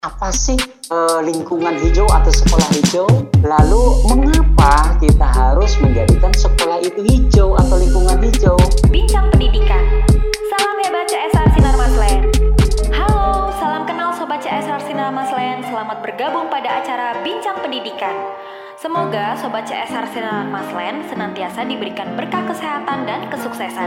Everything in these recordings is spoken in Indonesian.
Apa sih lingkungan hijau atau sekolah hijau? Lalu mengapa kita harus menjadikan sekolah itu hijau atau lingkungan hijau? Bincang Pendidikan. Salam hebat CSR Sinar Maslen. Halo, salam kenal Sobat CSR Sinar Maslen. Selamat bergabung pada acara Bincang Pendidikan. Semoga Sobat CSR Sinar Maslen senantiasa diberikan berkah kesehatan dan kesuksesan.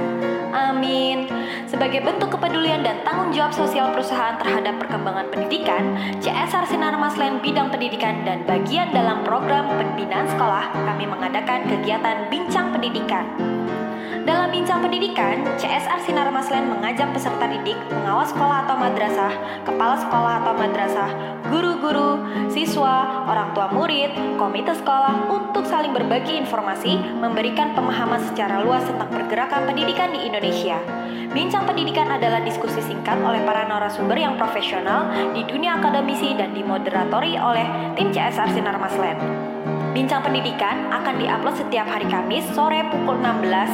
Amin. Sebagai bentuk kepedulian dan tanggung jawab sosial perusahaan terhadap perkembangan pendidikan, CSR Sinar Maslen bidang pendidikan dan bagian dalam program pembinaan sekolah, kami mengadakan kegiatan Bincang Pendidikan. Dalam Bincang Pendidikan, CSR Sinar Maslen mengajak peserta didik, pengawas sekolah atau madrasah, kepala sekolah atau madrasah, guru-guru, siswa, orang tua murid, komite sekolah untuk saling berbagi informasi, memberikan pemahaman secara luas tentang pergerakan pendidikan di Indonesia. Bincang Pendidikan adalah diskusi singkat oleh para narasumber yang profesional di dunia akademisi dan dimoderatori oleh tim CSR Sinar Maslen. Bincang Pendidikan akan diupload setiap hari Kamis sore pukul 16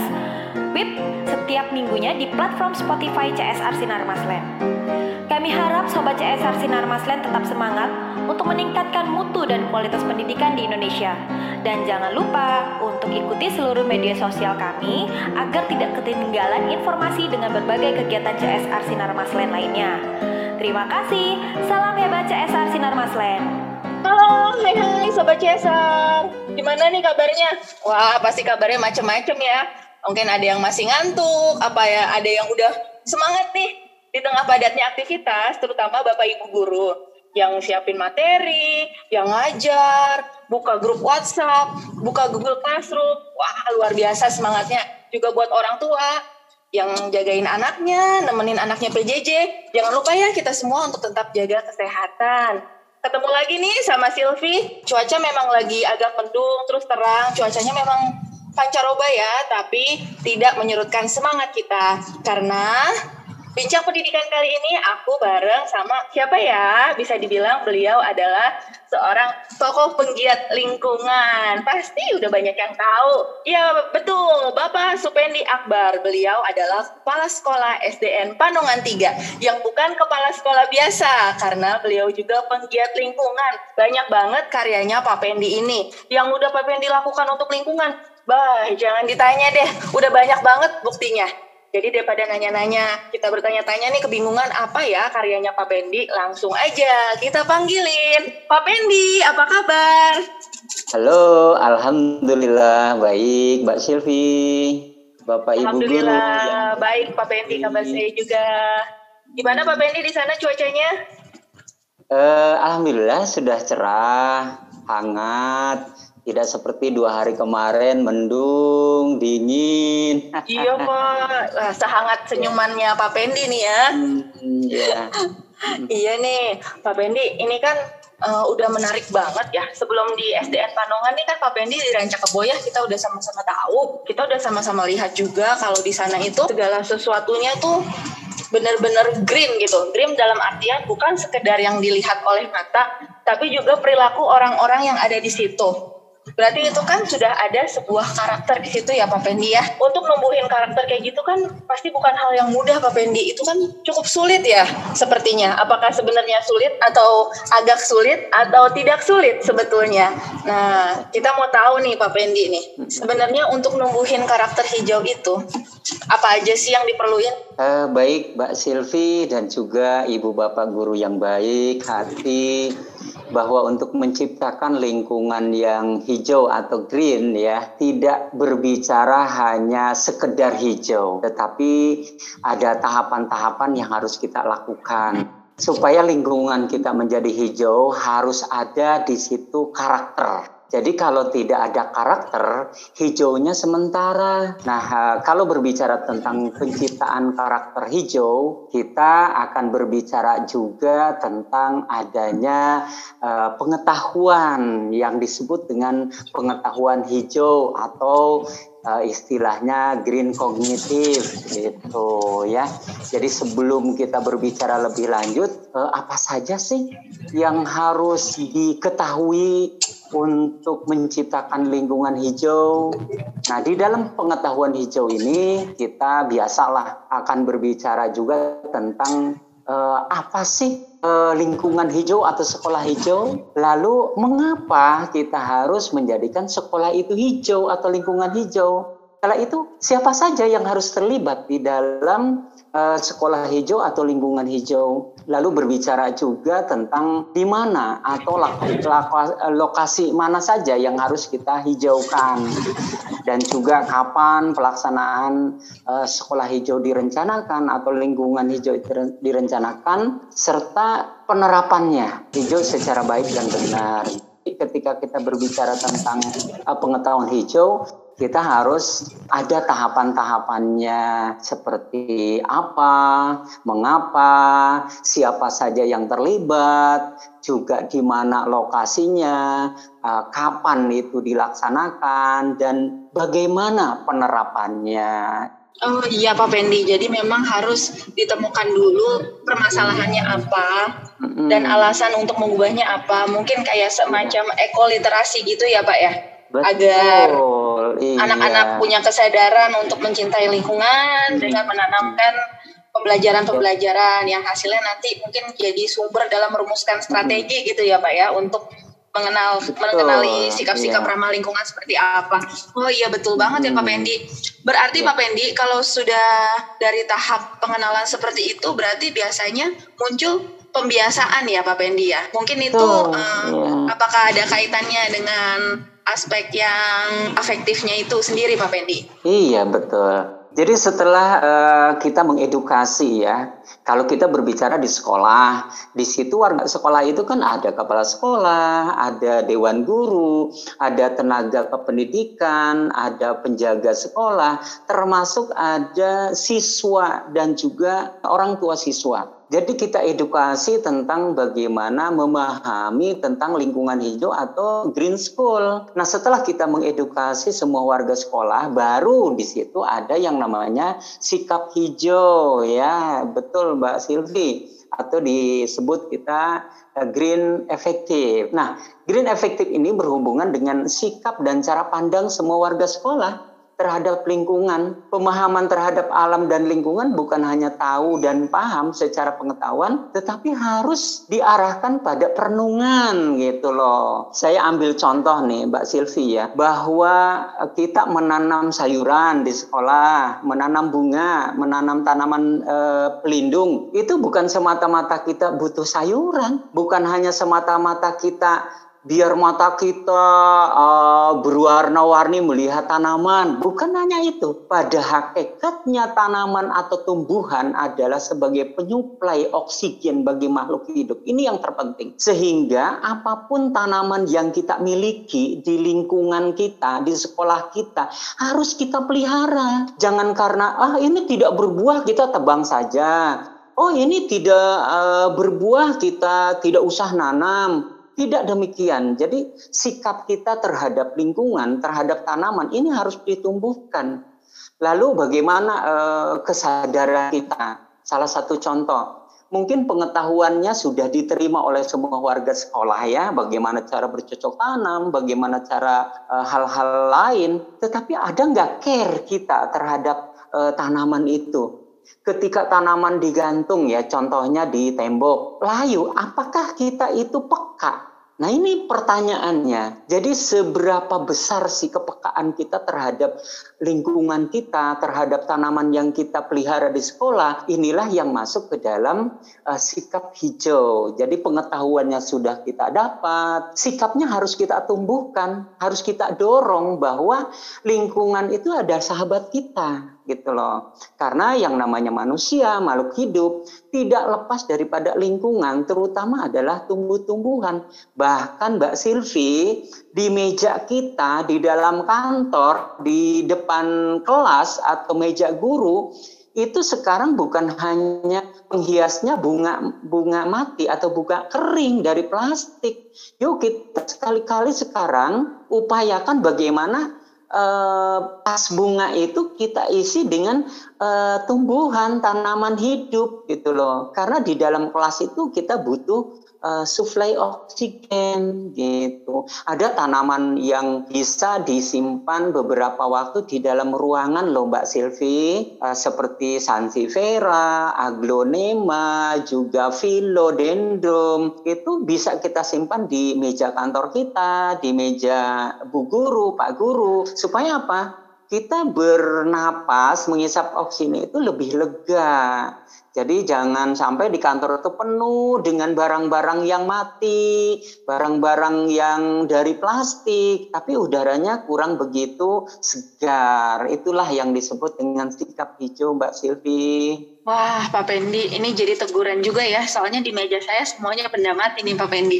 WIB setiap minggunya di platform Spotify CSR Sinar Maslen. Kami harap Sobat CSR Sinar Maslen tetap semangat untuk meningkatkan mutu dan kualitas pendidikan di Indonesia. Dan jangan lupa untuk ikuti seluruh media sosial kami agar tidak ketinggalan informasi dengan berbagai kegiatan CSR Sinar Maslen lainnya. Terima kasih. Salam hebat CSR Sinar Maslen. Halo, hai Sobat CSR. Gimana nih kabarnya? Wah, pasti kabarnya macem-macem ya. Mungkin ada yang masih ngantuk, ada yang udah semangat nih di tengah padatnya aktivitas, terutama Bapak Ibu guru yang siapin materi, yang ngajar, buka grup WhatsApp, buka Google Classroom. Wah, luar biasa semangatnya. Juga buat orang tua yang jagain anaknya, nemenin anaknya PJJ. Jangan lupa ya kita semua untuk tetap jaga kesehatan. Ketemu lagi nih sama Silvi. Cuaca memang lagi agak mendung, terus terang. Cuacanya memang pancaroba ya, tapi tidak menyurutkan semangat kita. Karena Bincang Pendidikan kali ini aku bareng sama siapa ya? Bisa dibilang beliau adalah seorang tokoh penggiat lingkungan. Pasti udah banyak yang tahu. Ya betul, Bapak Supendi Akbar. Beliau adalah Kepala Sekolah SDN Panongan 3. Yang bukan kepala sekolah biasa. Karena beliau juga penggiat lingkungan. Banyak banget karyanya Pak Pendi ini. Yang udah Pak Pendi lakukan untuk lingkungan. Bah, jangan ditanya deh. Udah banyak banget buktinya. Jadi daripada nanya-nanya, kita bertanya-tanya nih kebingungan apa ya karyanya Pak Pendi, langsung aja kita panggilin. Pak Pendi, apa kabar? Halo, alhamdulillah baik, Mbak Silvi, Bapak Ibu guru. Alhamdulillah baik Pak Pendi, kabar saya juga. Gimana Pak Pendi di sana cuacanya? Alhamdulillah sudah cerah, hangat. Tidak seperti 2 hari kemarin, mendung, dingin. Iya Pak, sehangat senyumannya Pak Pendi nih ya. Iya. Iya nih, Pak Pendi, ini kan udah menarik banget ya. Sebelum di SDN Panongan nih kan Pak Pendi di Rancakebo ya, kita udah sama-sama tahu. Kita udah sama-sama lihat juga kalau di sana itu segala sesuatunya tuh benar-benar green gitu. Green dalam artian bukan sekedar yang dilihat oleh mata, tapi juga perilaku orang-orang yang ada di situ. Berarti itu kan sudah ada sebuah karakter di situ ya Pak Pendi ya. Untuk numbuhin karakter kayak gitu kan pasti bukan hal yang mudah Pak Pendi. Itu kan cukup sulit ya sepertinya. Apakah sebenarnya sulit atau agak sulit atau tidak sulit sebetulnya. Nah, kita mau tahu nih Pak Pendi nih. Sebenarnya untuk numbuhin karakter hijau itu apa aja sih yang diperluin? Baik Mbak Silvi dan juga Ibu Bapak guru yang baik hati, bahwa untuk menciptakan lingkungan yang hijau atau green ya, tidak berbicara hanya sekedar hijau, tetapi ada tahapan-tahapan yang harus kita lakukan. Supaya lingkungan kita menjadi hijau harus ada di situ karakter. Jadi kalau tidak ada karakter, hijaunya sementara. Nah, kalau berbicara tentang penciptaan karakter hijau, kita akan berbicara juga tentang adanya pengetahuan yang disebut dengan pengetahuan hijau atau istilahnya green kognitif gitu ya. Jadi sebelum kita berbicara lebih lanjut, apa saja sih yang harus diketahui untuk menciptakan lingkungan hijau? Nah, di dalam pengetahuan hijau ini kita biasalah akan berbicara juga tentang apa sih lingkungan hijau atau sekolah hijau? Lalu mengapa kita harus menjadikan sekolah itu hijau atau lingkungan hijau? Kala itu siapa saja yang harus terlibat di dalam sekolah hijau atau lingkungan hijau? Lalu berbicara juga tentang di mana atau lokasi mana saja yang harus kita hijaukan, dan juga kapan pelaksanaan sekolah hijau direncanakan atau lingkungan hijau direncanakan, serta penerapannya hijau secara baik dan benar. Ketika kita berbicara tentang pengetahuan hijau, kita harus ada tahapan-tahapannya, seperti apa, mengapa, siapa saja yang terlibat, juga di mana lokasinya, kapan itu dilaksanakan, dan bagaimana penerapannya. Oh iya Pak Pendi, jadi memang harus ditemukan dulu permasalahannya apa dan alasan untuk mengubahnya apa. Mungkin kayak semacam ekoliterasi gitu ya Pak ya. Betul, agar iya. anak-anak punya kesadaran untuk mencintai lingkungan dengan menanamkan pembelajaran-pembelajaran yang hasilnya nanti mungkin jadi sumber dalam merumuskan strategi gitu ya Pak ya, untuk mengenali sikap-sikap ramah lingkungan seperti apa. Oh iya betul banget ya Pak Pendi. Berarti Pak Pendi, kalau sudah dari tahap pengenalan seperti itu, berarti biasanya muncul pembiasaan ya Pak Pendi ya. Mungkin itu apakah ada kaitannya dengan aspek yang afektifnya itu sendiri Pak Pendi? Iya betul. Jadi setelah kita mengedukasi ya, kalau kita berbicara di sekolah, di situ warga sekolah itu kan ada kepala sekolah, ada dewan guru, ada tenaga kependidikan, ada penjaga sekolah, termasuk ada siswa dan juga orang tua siswa. Jadi kita edukasi tentang bagaimana memahami tentang lingkungan hijau atau green school. Nah, setelah kita mengedukasi semua warga sekolah, baru di situ ada yang namanya sikap hijau, ya, betul Mbak Silvi, atau disebut kita green effective. Nah, green effective ini berhubungan dengan sikap dan cara pandang semua warga sekolah terhadap lingkungan. Pemahaman terhadap alam dan lingkungan bukan hanya tahu dan paham secara pengetahuan, tetapi harus diarahkan pada perenungan gitu loh. Saya ambil contoh nih Mbak Silvi ya, bahwa kita menanam sayuran di sekolah, menanam bunga, menanam tanaman pelindung, itu bukan semata-mata kita butuh sayuran, bukan hanya semata-mata kita biar mata kita berwarna-warni melihat tanaman. Bukan hanya itu. Pada hakikatnya tanaman atau tumbuhan adalah sebagai penyuplai oksigen bagi makhluk hidup. Ini yang terpenting. Sehingga apapun tanaman yang kita miliki di lingkungan kita, di sekolah kita, harus kita pelihara. Jangan karena ini tidak berbuah kita tebang saja. Oh ini tidak berbuah kita tidak usah nanam. Tidak demikian. Jadi sikap kita terhadap lingkungan, terhadap tanaman ini harus ditumbuhkan. Lalu bagaimana kesadaran kita? Salah satu contoh, mungkin pengetahuannya sudah diterima oleh semua warga sekolah ya, bagaimana cara bercocok tanam, bagaimana cara hal-hal lain. Tetapi ada nggak care kita terhadap tanaman itu? Ketika tanaman digantung ya, contohnya di tembok, layu, apakah kita itu peka? Nah ini pertanyaannya. Jadi seberapa besar sih kepekaan kita terhadap lingkungan kita, terhadap tanaman yang kita pelihara di sekolah? Inilah yang masuk ke dalam sikap hijau. Jadi pengetahuannya sudah kita dapat, sikapnya harus kita tumbuhkan, harus kita dorong bahwa lingkungan itu ada sahabat kita. Gitu loh. Karena yang namanya manusia, makhluk hidup, tidak lepas daripada lingkungan, terutama adalah tumbuh-tumbuhan. Bahkan Mbak Silvi, di meja kita, di dalam kantor, di depan kelas atau meja guru, itu sekarang bukan hanya penghiasnya bunga mati atau bunga kering dari plastik. Yuk kita sekali-kali sekarang upayakan bagaimana tas bunga itu kita isi dengan tumbuhan, tanaman hidup gitu loh. Karena di dalam kelas itu kita butuh suplai oksigen gitu. Ada tanaman yang bisa disimpan beberapa waktu di dalam ruangan loh Mbak Silvi, seperti sansevieria, aglonema, juga philodendron. Itu bisa kita simpan di meja kantor kita, di meja Bu Guru, Pak Guru. Supaya apa? Kita bernapas, mengisap oksigen itu lebih lega. Jadi jangan sampai di kantor itu penuh dengan barang-barang yang mati, barang-barang yang dari plastik, tapi udaranya kurang begitu segar. Itulah yang disebut dengan sikap hijau, Mbak Silvi. Wah, Pak Pendi, ini jadi teguran juga ya, soalnya di meja saya semuanya benda mati nih Pak Pendi.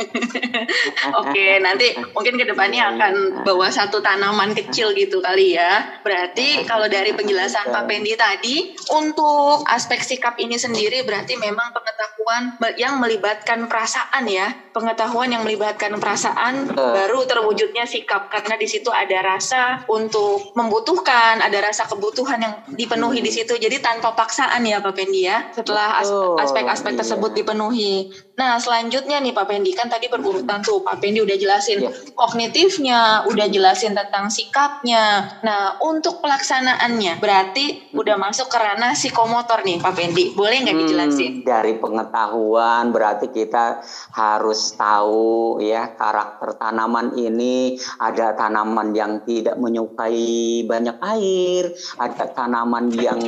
Oke, nanti mungkin ke depannya akan bawa satu tanaman kecil gitu kali ya. Berarti kalau dari penjelasan Pak Pendi tadi, untuk aspek sikap ini sendiri berarti memang pengetahuan yang melibatkan perasaan ya. Pengetahuan yang melibatkan perasaan baru terwujudnya sikap, karena di situ ada rasa untuk membutuhkan, ada rasa kebutuhan yang dipenuhi di situ. Jadi tanpa paksaan ya Pak Pendi ya, setelah aspek-aspek tersebut dipenuhi. Nah selanjutnya nih Pak Pendi, kan tadi berurutan tuh, Pak Pendi udah jelasin kognitifnya, udah jelasin tentang sikapnya. Nah untuk pelaksanaannya berarti udah masuk ke ranah psikomotor nih Pak Pendi, boleh nggak dijelasin? Dari pengetahuan berarti kita harus tahu ya karakter tanaman ini. Ada tanaman yang tidak menyukai banyak air, ada tanaman yang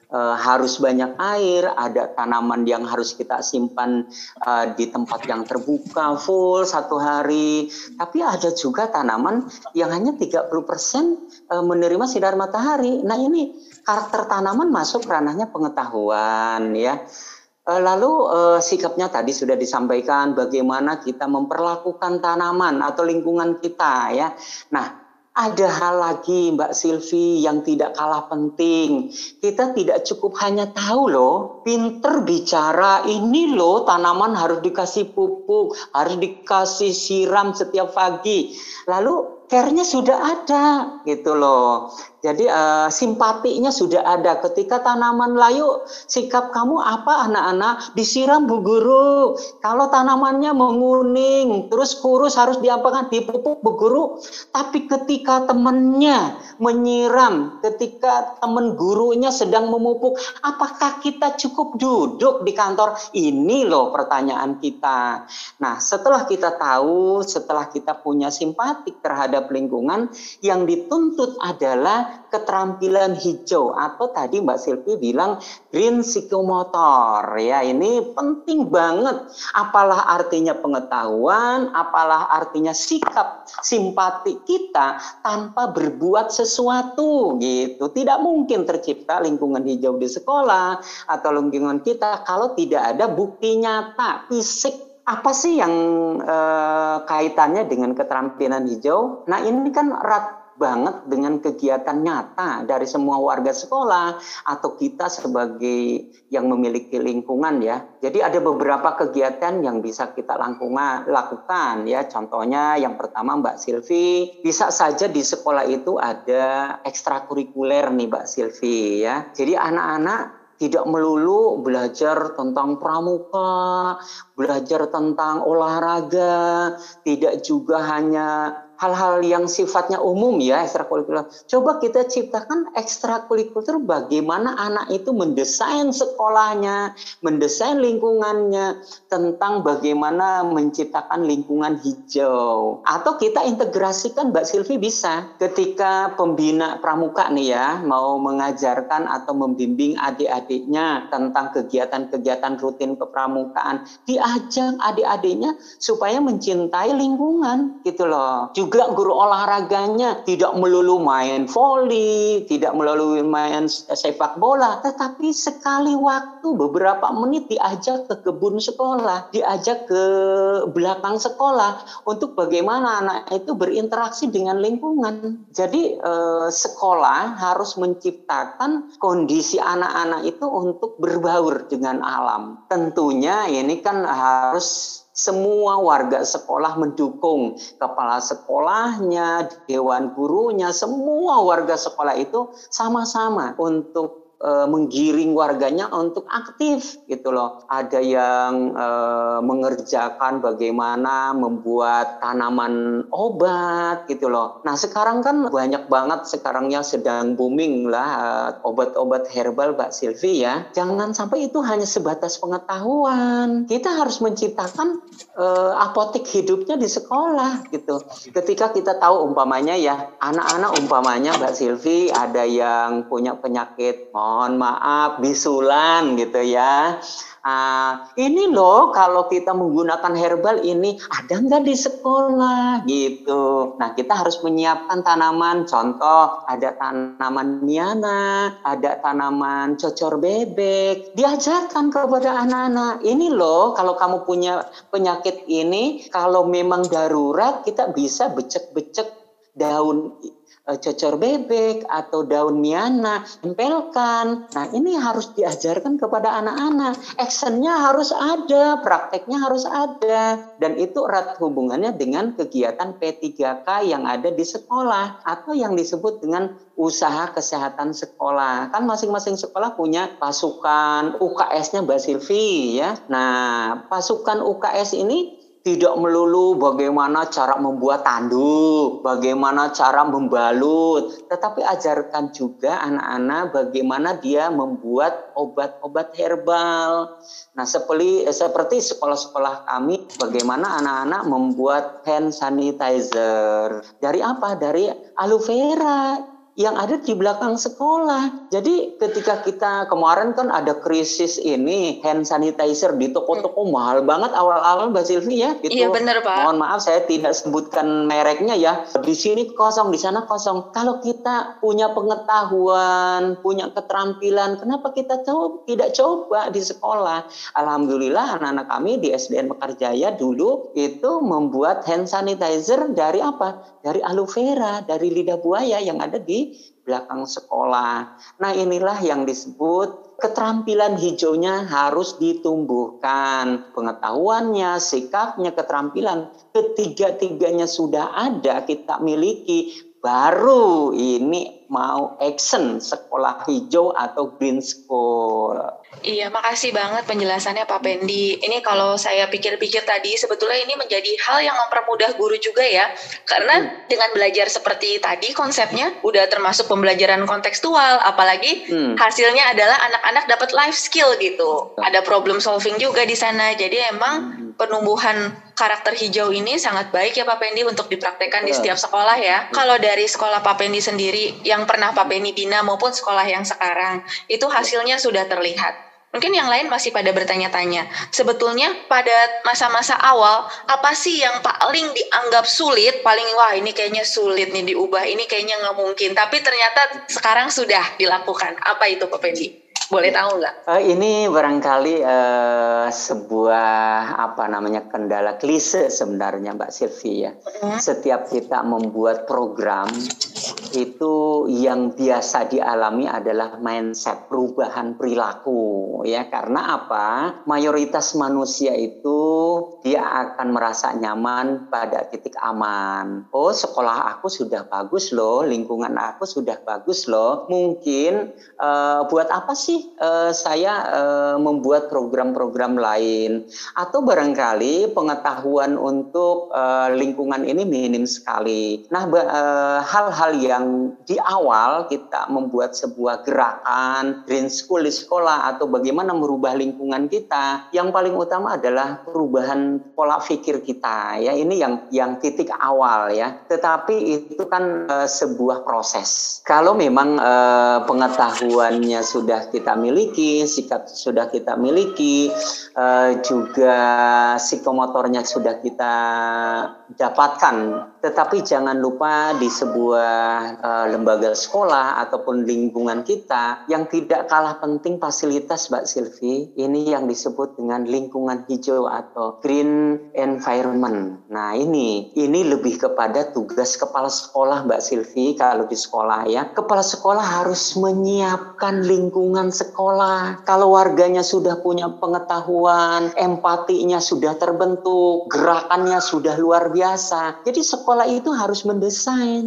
harus banyak air, ada tanaman yang harus kita simpan di tempat yang terbuka full 1 hari. Tapi ada juga tanaman yang hanya 30% menerima sinar matahari. Nah ini karakter tanaman masuk ranahnya pengetahuan ya. Lalu sikapnya tadi sudah disampaikan bagaimana kita memperlakukan tanaman atau lingkungan kita ya. Nah ada hal lagi Mbak Silvi yang tidak kalah penting. Kita tidak cukup hanya tahu loh, pinter bicara, ini loh tanaman harus dikasih pupuk, harus dikasih siram setiap pagi. Lalu care-nya sudah ada gitu loh. Jadi simpatinya sudah ada. Ketika tanaman layu, sikap kamu apa anak-anak? Disiram Bu Guru. Kalau tanamannya menguning, terus kurus harus diapakan? Dipupuk Bu Guru. Tapi ketika temannya menyiram, ketika teman gurunya sedang memupuk, apakah kita cukup duduk di kantor? Ini loh pertanyaan kita. Nah setelah kita tahu, setelah kita punya simpati terhadap lingkungan, yang dituntut adalah keterampilan hijau atau tadi Mbak Silvi bilang green psikomotor ya. Ini penting banget. Apalah artinya pengetahuan, apalah artinya sikap simpati kita tanpa berbuat sesuatu gitu. Tidak mungkin tercipta lingkungan hijau di sekolah atau lingkungan kita kalau tidak ada bukti nyata fisik. Apa sih yang kaitannya dengan keterampilan hijau? Nah ini kan erat banget dengan kegiatan nyata dari semua warga sekolah atau kita sebagai yang memiliki lingkungan ya. Jadi ada beberapa kegiatan yang bisa kita lakukan ya. Contohnya yang pertama Mbak Silvi, bisa saja di sekolah itu ada ekstrakurikuler nih Mbak Silvi ya. Jadi anak-anak tidak melulu belajar tentang pramuka, belajar tentang olahraga, tidak juga hanya hal-hal yang sifatnya umum ya ekstrakurikuler. Coba kita ciptakan ekstrakurikuler bagaimana anak itu mendesain sekolahnya, mendesain lingkungannya, tentang bagaimana menciptakan lingkungan hijau. Atau kita integrasikan Mbak Silvi bisa ketika pembina pramuka nih ya mau mengajarkan atau membimbing adik-adiknya tentang kegiatan-kegiatan rutin kepramukaan, diajak adik-adiknya supaya mencintai lingkungan gitu loh. Juga guru olahraganya tidak melulu main voli, tidak melulu main sepak bola, tetapi sekali waktu beberapa menit diajak ke kebun sekolah, diajak ke belakang sekolah untuk bagaimana anak itu berinteraksi dengan lingkungan. Jadi sekolah harus menciptakan kondisi anak-anak itu untuk berbaur dengan alam. Tentunya ini kan harus semua warga sekolah mendukung, kepala sekolahnya, dewan gurunya, semua warga sekolah itu sama-sama untuk menggiring warganya untuk aktif gitu loh. Ada yang mengerjakan bagaimana membuat tanaman obat gitu loh. Nah sekarang kan banyak banget sekarang yang sedang booming lah obat-obat herbal Mbak Silvi ya. Jangan sampai itu hanya sebatas pengetahuan. Kita harus menciptakan apotek hidupnya di sekolah gitu. Ketika kita tahu umpamanya ya anak-anak umpamanya Mbak Silvi ada yang punya penyakit mohon maaf bisulan gitu ya. Ini loh kalau kita menggunakan herbal ini ada nggak di sekolah gitu. Nah kita harus menyiapkan tanaman, contoh ada tanaman miana, ada tanaman cocor bebek, diajarkan kepada anak-anak. Ini loh kalau kamu punya penyakit ini, kalau memang darurat kita bisa becek-becek daun cocor bebek atau daun miana, tempelkan. Nah ini harus diajarkan kepada anak-anak. Actionnya harus ada, prakteknya harus ada. Dan itu erat hubungannya dengan kegiatan P3K yang ada di sekolah atau yang disebut dengan usaha kesehatan sekolah. Kan masing-masing sekolah punya pasukan UKS-nya Mbak Silvi ya. Nah pasukan UKS ini tidak melulu bagaimana cara membuat tanduk, bagaimana cara membalut, tetapi ajarkan juga anak-anak bagaimana dia membuat obat-obat herbal. Nah, seperti sekolah-sekolah kami, bagaimana anak-anak membuat hand sanitizer. Dari apa? Dari aloe vera yang ada di belakang sekolah. Jadi ketika kita kemarin kan ada krisis ini hand sanitizer di toko-toko mahal banget awal-awal Mbak Silvi ya. Gitu. Iya benar Pak. Mohon maaf saya tidak sebutkan mereknya ya. Di sini kosong, di sana kosong. Kalau kita punya pengetahuan, punya keterampilan, kenapa kita tidak coba di sekolah? Alhamdulillah anak-anak kami di SDN Mekarjaya dulu itu membuat hand sanitizer dari apa? Dari aloe vera, dari lidah buaya yang ada di belakang sekolah. Nah inilah yang disebut keterampilan hijaunya harus ditumbuhkan. Pengetahuannya, sikapnya, keterampilan, ketiga-tiganya sudah ada, kita miliki, baru ini mau action sekolah hijau atau green school. Iya, makasih banget penjelasannya Pak Pendi. Ini kalau saya pikir-pikir tadi, sebetulnya ini menjadi hal yang mempermudah guru juga ya. Karena dengan belajar seperti tadi konsepnya, udah termasuk pembelajaran kontekstual, apalagi hasilnya adalah anak-anak dapat life skill gitu. Ada problem solving juga di sana. Jadi emang penumbuhan karakter hijau ini sangat baik ya Pak Pendi untuk dipraktekkan di setiap sekolah ya. Kalau dari sekolah Pak Pendi sendiri, yang pernah Pak Pendi bina maupun sekolah yang sekarang, itu hasilnya sudah terlihat. Mungkin yang lain masih pada bertanya-tanya, sebetulnya pada masa-masa awal, apa sih yang paling dianggap sulit, paling wah ini kayaknya sulit nih diubah, ini kayaknya nggak mungkin, tapi ternyata sekarang sudah dilakukan. Apa itu Pak Pendi? Boleh tahu nggak? Ini barangkali sebuah kendala klise sebenarnya Mbak Silvi ya. Setiap kita membuat program itu yang biasa dialami adalah mindset, perubahan perilaku ya. Karena apa? Mayoritas manusia itu dia akan merasa nyaman pada titik aman. Oh, sekolah aku sudah bagus loh, lingkungan aku sudah bagus loh. Mungkin buat apa sih saya membuat program-program lain, atau barangkali pengetahuan untuk lingkungan ini minim sekali. Nah, hal-hal yang di awal kita membuat sebuah gerakan green school di sekolah atau bagaimana merubah lingkungan kita, yang paling utama adalah perubahan pola pikir kita ya. Ini yang titik awal ya. Tetapi itu kan sebuah proses. Kalau memang pengetahuannya sudah kita miliki, sikap sudah kita miliki, juga psikomotornya sudah kita dapatkan. Tetapi jangan lupa di sebuah lembaga sekolah ataupun lingkungan kita yang tidak kalah penting fasilitas Mbak Silvi, ini yang disebut dengan lingkungan hijau atau green environment. Nah ini lebih kepada tugas kepala sekolah Mbak Silvi. Kalau di sekolah ya, kepala sekolah harus menyiapkan lingkungan sekolah. Kalau warganya sudah punya pengetahuan, empatinya sudah terbentuk, gerakannya sudah luar biasa. Jadi sekolah itu harus mendesain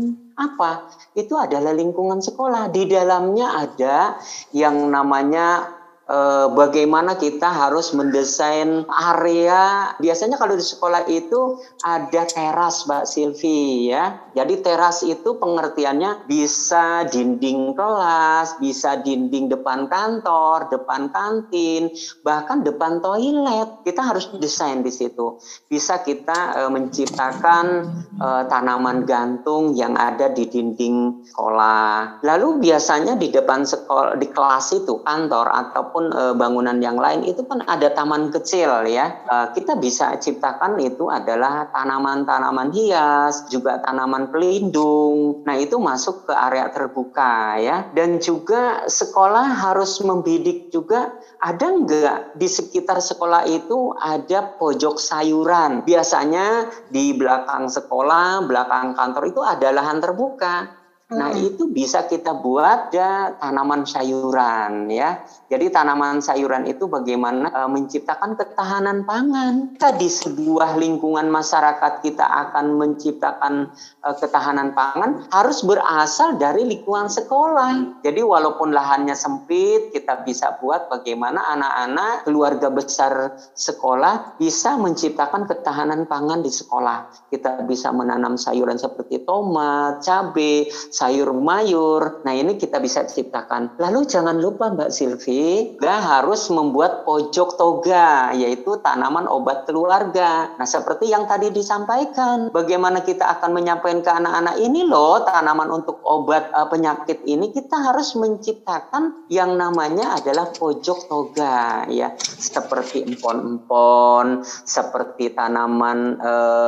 Apa? Itu adalah lingkungan sekolah. Di dalamnya ada yang namanya bagaimana kita harus mendesain area. Biasanya kalau di sekolah itu ada teras, Mbak Silvi, ya. Jadi teras itu pengertiannya bisa dinding kelas, bisa dinding depan kantor, depan kantin, bahkan depan toilet. Kita harus desain di situ. Bisa kita menciptakan tanaman gantung yang ada di dinding sekolah. Lalu biasanya di depan sekolah, di kelas itu, kantor ataupun bangunan yang lain itu kan ada taman kecil, ya. Kita bisa ciptakan itu adalah tanaman-tanaman hias, juga tanaman pelindung. Nah, itu masuk ke area terbuka, ya. Dan juga sekolah harus membidik juga, ada enggak di sekitar sekolah itu ada pojok sayuran. Biasanya di belakang sekolah, belakang kantor itu ada lahan terbuka. Nah, itu bisa kita buat ya tanaman sayuran, ya. Jadi tanaman sayuran itu bagaimana menciptakan ketahanan pangan. Kita di sebuah lingkungan masyarakat kita akan menciptakan ketahanan pangan harus berasal dari lingkungan sekolah. Jadi walaupun lahannya sempit, kita bisa buat bagaimana anak-anak keluarga besar sekolah bisa menciptakan ketahanan pangan di sekolah. Kita bisa menanam sayuran seperti tomat, cabai, sayur mayur. Nah, ini kita bisa ciptakan. Lalu jangan lupa Mbak Silvi, kita harus membuat pojok toga, yaitu tanaman obat keluarga. Nah, seperti yang tadi disampaikan, bagaimana kita akan menyampaikan ke anak-anak ini loh, tanaman untuk obat penyakit ini, kita harus menciptakan yang namanya adalah pojok toga, ya. Seperti empon-empon, seperti tanaman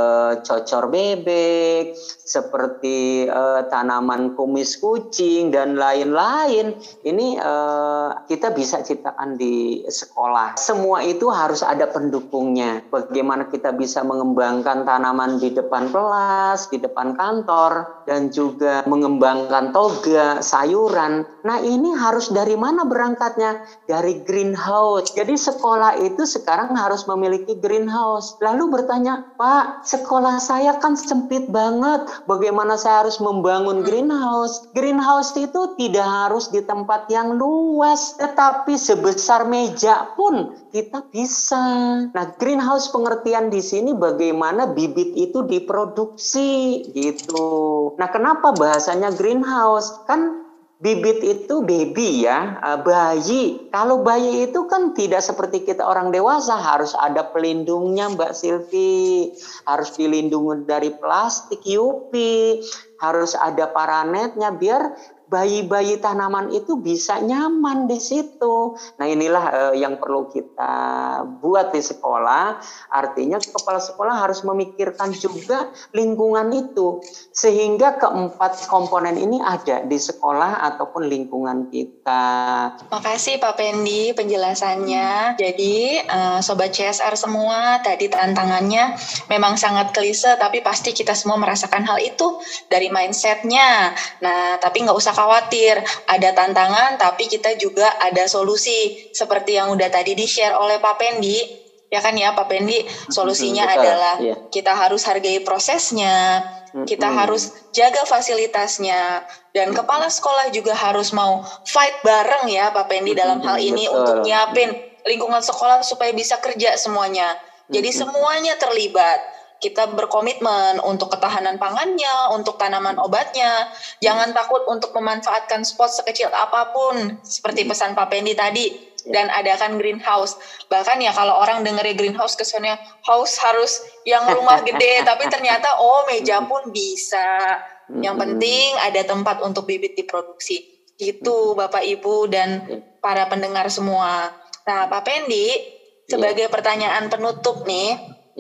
cocor bebek, seperti tanaman kumis kucing dan lain-lain. Ini kita bisa ciptakan di sekolah. Semua itu harus ada pendukungnya. Bagaimana kita bisa mengembangkan tanaman di depan kelas, di depan kantor, dan juga mengembangkan toga, sayuran. Nah, ini harus dari mana berangkatnya? Dari greenhouse. Jadi sekolah itu sekarang harus memiliki greenhouse. Lalu bertanya, Pak, sekolah saya kan sempit banget. Bagaimana saya harus membangun greenhouse? Greenhouse itu tidak harus di tempat yang luas, tetapi sebesar meja pun kita bisa. Nah, greenhouse pengertian di sini bagaimana bibit itu diproduksi gitu. Nah, kenapa bahasanya greenhouse? Kan bibit itu baby, ya, bayi. Kalau bayi itu kan tidak seperti kita orang dewasa, harus ada pelindungnya Mbak Silvi. Harus dilindungi dari plastik UV, harus ada paranetnya biar bayi-bayi tanaman itu bisa nyaman di situ. Nah, inilah yang perlu kita buat di sekolah. Artinya kepala sekolah harus memikirkan juga lingkungan itu. Sehingga keempat komponen ini ada di sekolah ataupun lingkungan kita. Makasih Pak Pendi penjelasannya. Jadi Sobat CSR semua, tadi tantangannya memang sangat klise, tapi pasti kita semua merasakan hal itu dari mindsetnya. Nah, tapi nggak usah khawatir, ada tantangan tapi kita juga ada solusi seperti yang udah tadi di-share oleh Pak Pendi, ya kan ya Pak Pendi, solusinya adalah kita harus hargai prosesnya, kita harus jaga fasilitasnya, dan kepala sekolah juga harus mau fight bareng ya Pak Pendi dalam hal ini untuk nyiapin lingkungan sekolah supaya bisa kerja semuanya. Jadi semuanya terlibat. Kita berkomitmen untuk ketahanan pangannya, untuk tanaman obatnya. Jangan takut untuk memanfaatkan spot sekecil apapun, seperti pesan Pak Pendi tadi. Dan adakan greenhouse. Bahkan ya kalau orang dengerin greenhouse kesannya house harus yang rumah gede, tapi ternyata meja pun bisa. Yang penting ada tempat untuk bibit diproduksi. Itu Bapak Ibu dan para pendengar semua. Nah, Pak Pendi, sebagai pertanyaan penutup nih,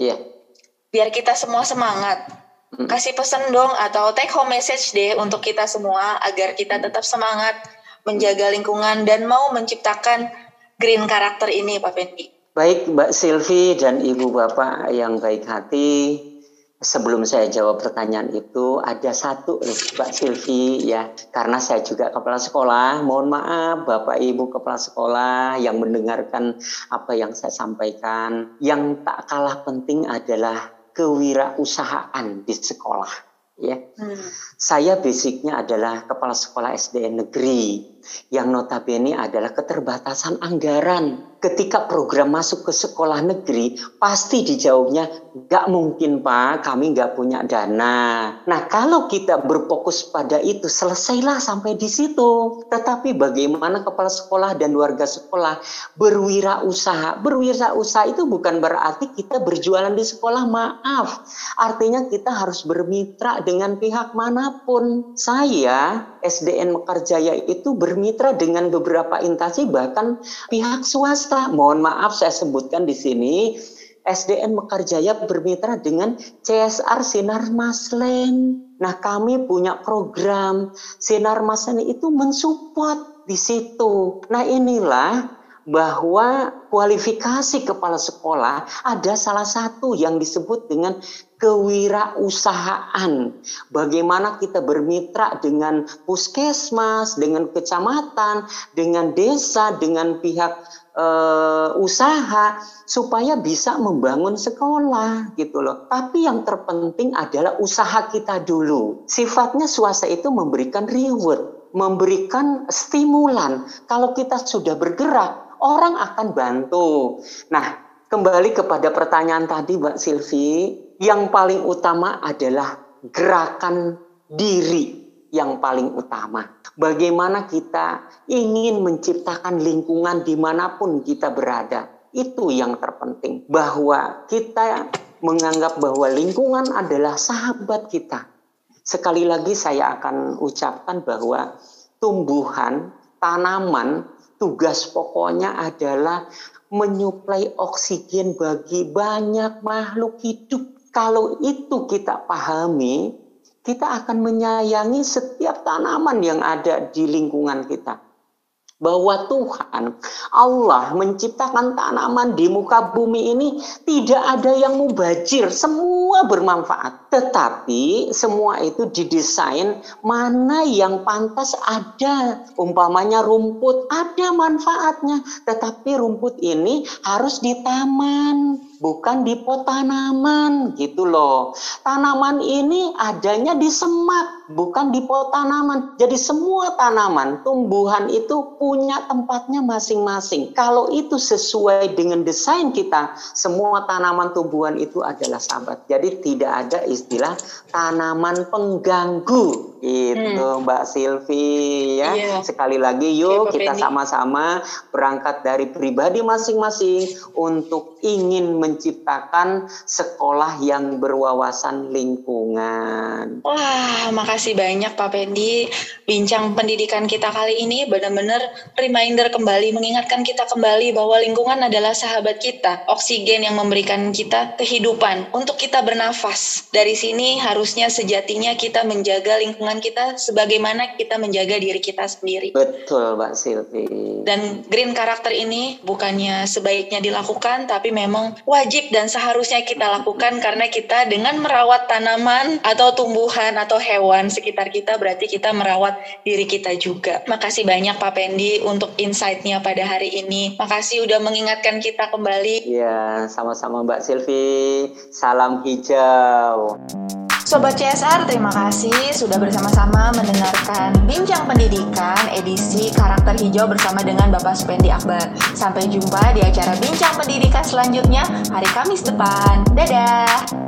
biar kita semua semangat, kasih pesan dong atau take home message deh untuk kita semua agar kita tetap semangat menjaga lingkungan dan mau menciptakan green karakter ini Pak Pendi. Baik Mbak Silvi dan Ibu Bapak yang baik hati, sebelum saya jawab pertanyaan itu ada satu Mbak Silvi, ya, karena saya juga kepala sekolah, mohon maaf Bapak Ibu kepala sekolah yang mendengarkan apa yang saya sampaikan. Yang tak kalah penting adalah kewirausahaan di sekolah. Ya. Saya basicnya adalah kepala sekolah SDN negeri yang notabene adalah keterbatasan anggaran. Ketika program masuk ke sekolah negeri, pasti dijawabnya, nggak mungkin Pak, kami nggak punya dana. Nah, kalau kita berfokus pada itu, selesailah sampai di situ. Tetapi bagaimana kepala sekolah dan warga sekolah berwirausaha? Berwirausaha itu bukan berarti kita berjualan di sekolah, maaf. Artinya kita harus bermitra dengan pihak manapun. Saya, SDN Mekarjaya itu bermitra dengan beberapa instansi, bahkan pihak swasta. Mohon maaf saya sebutkan di sini, SDN Mekarjaya bermitra dengan CSR Sinar Maslen. Nah, kami punya program Sinar Maslen itu mensupport di situ. Nah, inilah bahwa kualifikasi kepala sekolah ada salah satu yang disebut dengan kewirausahaan. Bagaimana kita bermitra dengan puskesmas, dengan kecamatan, dengan desa, dengan pihak usaha supaya bisa membangun sekolah gitu loh. Tapi yang terpenting adalah usaha kita dulu. Sifatnya swasta itu memberikan reward, memberikan stimulan. Kalau kita sudah bergerak, orang akan bantu. Nah, kembali kepada pertanyaan tadi Mbak Silvi, yang paling utama adalah gerakan diri yang paling utama. Bagaimana kita ingin menciptakan lingkungan dimanapun kita berada. Itu yang terpenting. Bahwa kita menganggap bahwa lingkungan adalah sahabat kita. Sekali lagi saya akan ucapkan bahwa tumbuhan, tanaman, tugas pokoknya adalah menyuplai oksigen bagi banyak makhluk hidup. Kalau itu kita pahami, kita akan menyayangi setiap tanaman yang ada di lingkungan kita. Bahwa Tuhan, Allah menciptakan tanaman di muka bumi ini tidak ada yang mubazir, semua bermanfaat. Tetapi semua itu didesain mana yang pantas ada. Umpamanya rumput ada manfaatnya, tetapi rumput ini harus di taman, bukan di pot tanaman gitu loh. Tanaman ini adanya di semak, bukan di pot tanaman. Jadi semua tanaman, tumbuhan itu punya tempatnya masing-masing. Kalau itu sesuai dengan desain kita, semua tanaman tumbuhan itu adalah sahabat. Jadi tidak ada istilah tanaman pengganggu. Itu Mbak Silvi ya. Iya. Sekali lagi yuk kita sama-sama berangkat dari pribadi masing-masing untuk ingin menciptakan sekolah yang berwawasan lingkungan. Wah, makasih banyak Pak Pendi. Bincang pendidikan kita kali ini benar-benar reminder kembali, mengingatkan kita kembali bahwa lingkungan adalah sahabat kita, oksigen yang memberikan kita kehidupan untuk kita bernafas. Dari sini harusnya sejatinya kita menjaga lingkungan kita sebagaimana kita menjaga diri kita sendiri. Betul Mbak Silvi. Dan green karakter ini bukannya sebaiknya dilakukan, tapi memang wajib dan seharusnya kita lakukan karena kita dengan merawat tanaman atau tumbuhan atau hewan sekitar kita berarti kita merawat diri kita juga. Makasih banyak Pak Pendi untuk insight-nya pada hari ini. Makasih udah mengingatkan kita kembali. Ya, sama-sama Mbak Silvi. Salam hijau. Sobat CSR, terima kasih sudah bersama-sama mendengarkan Bincang Pendidikan edisi Karakter Hijau bersama dengan Bapak Supendi Akbar. Sampai jumpa di acara Bincang Pendidikan selanjutnya hari Kamis depan. Dadah!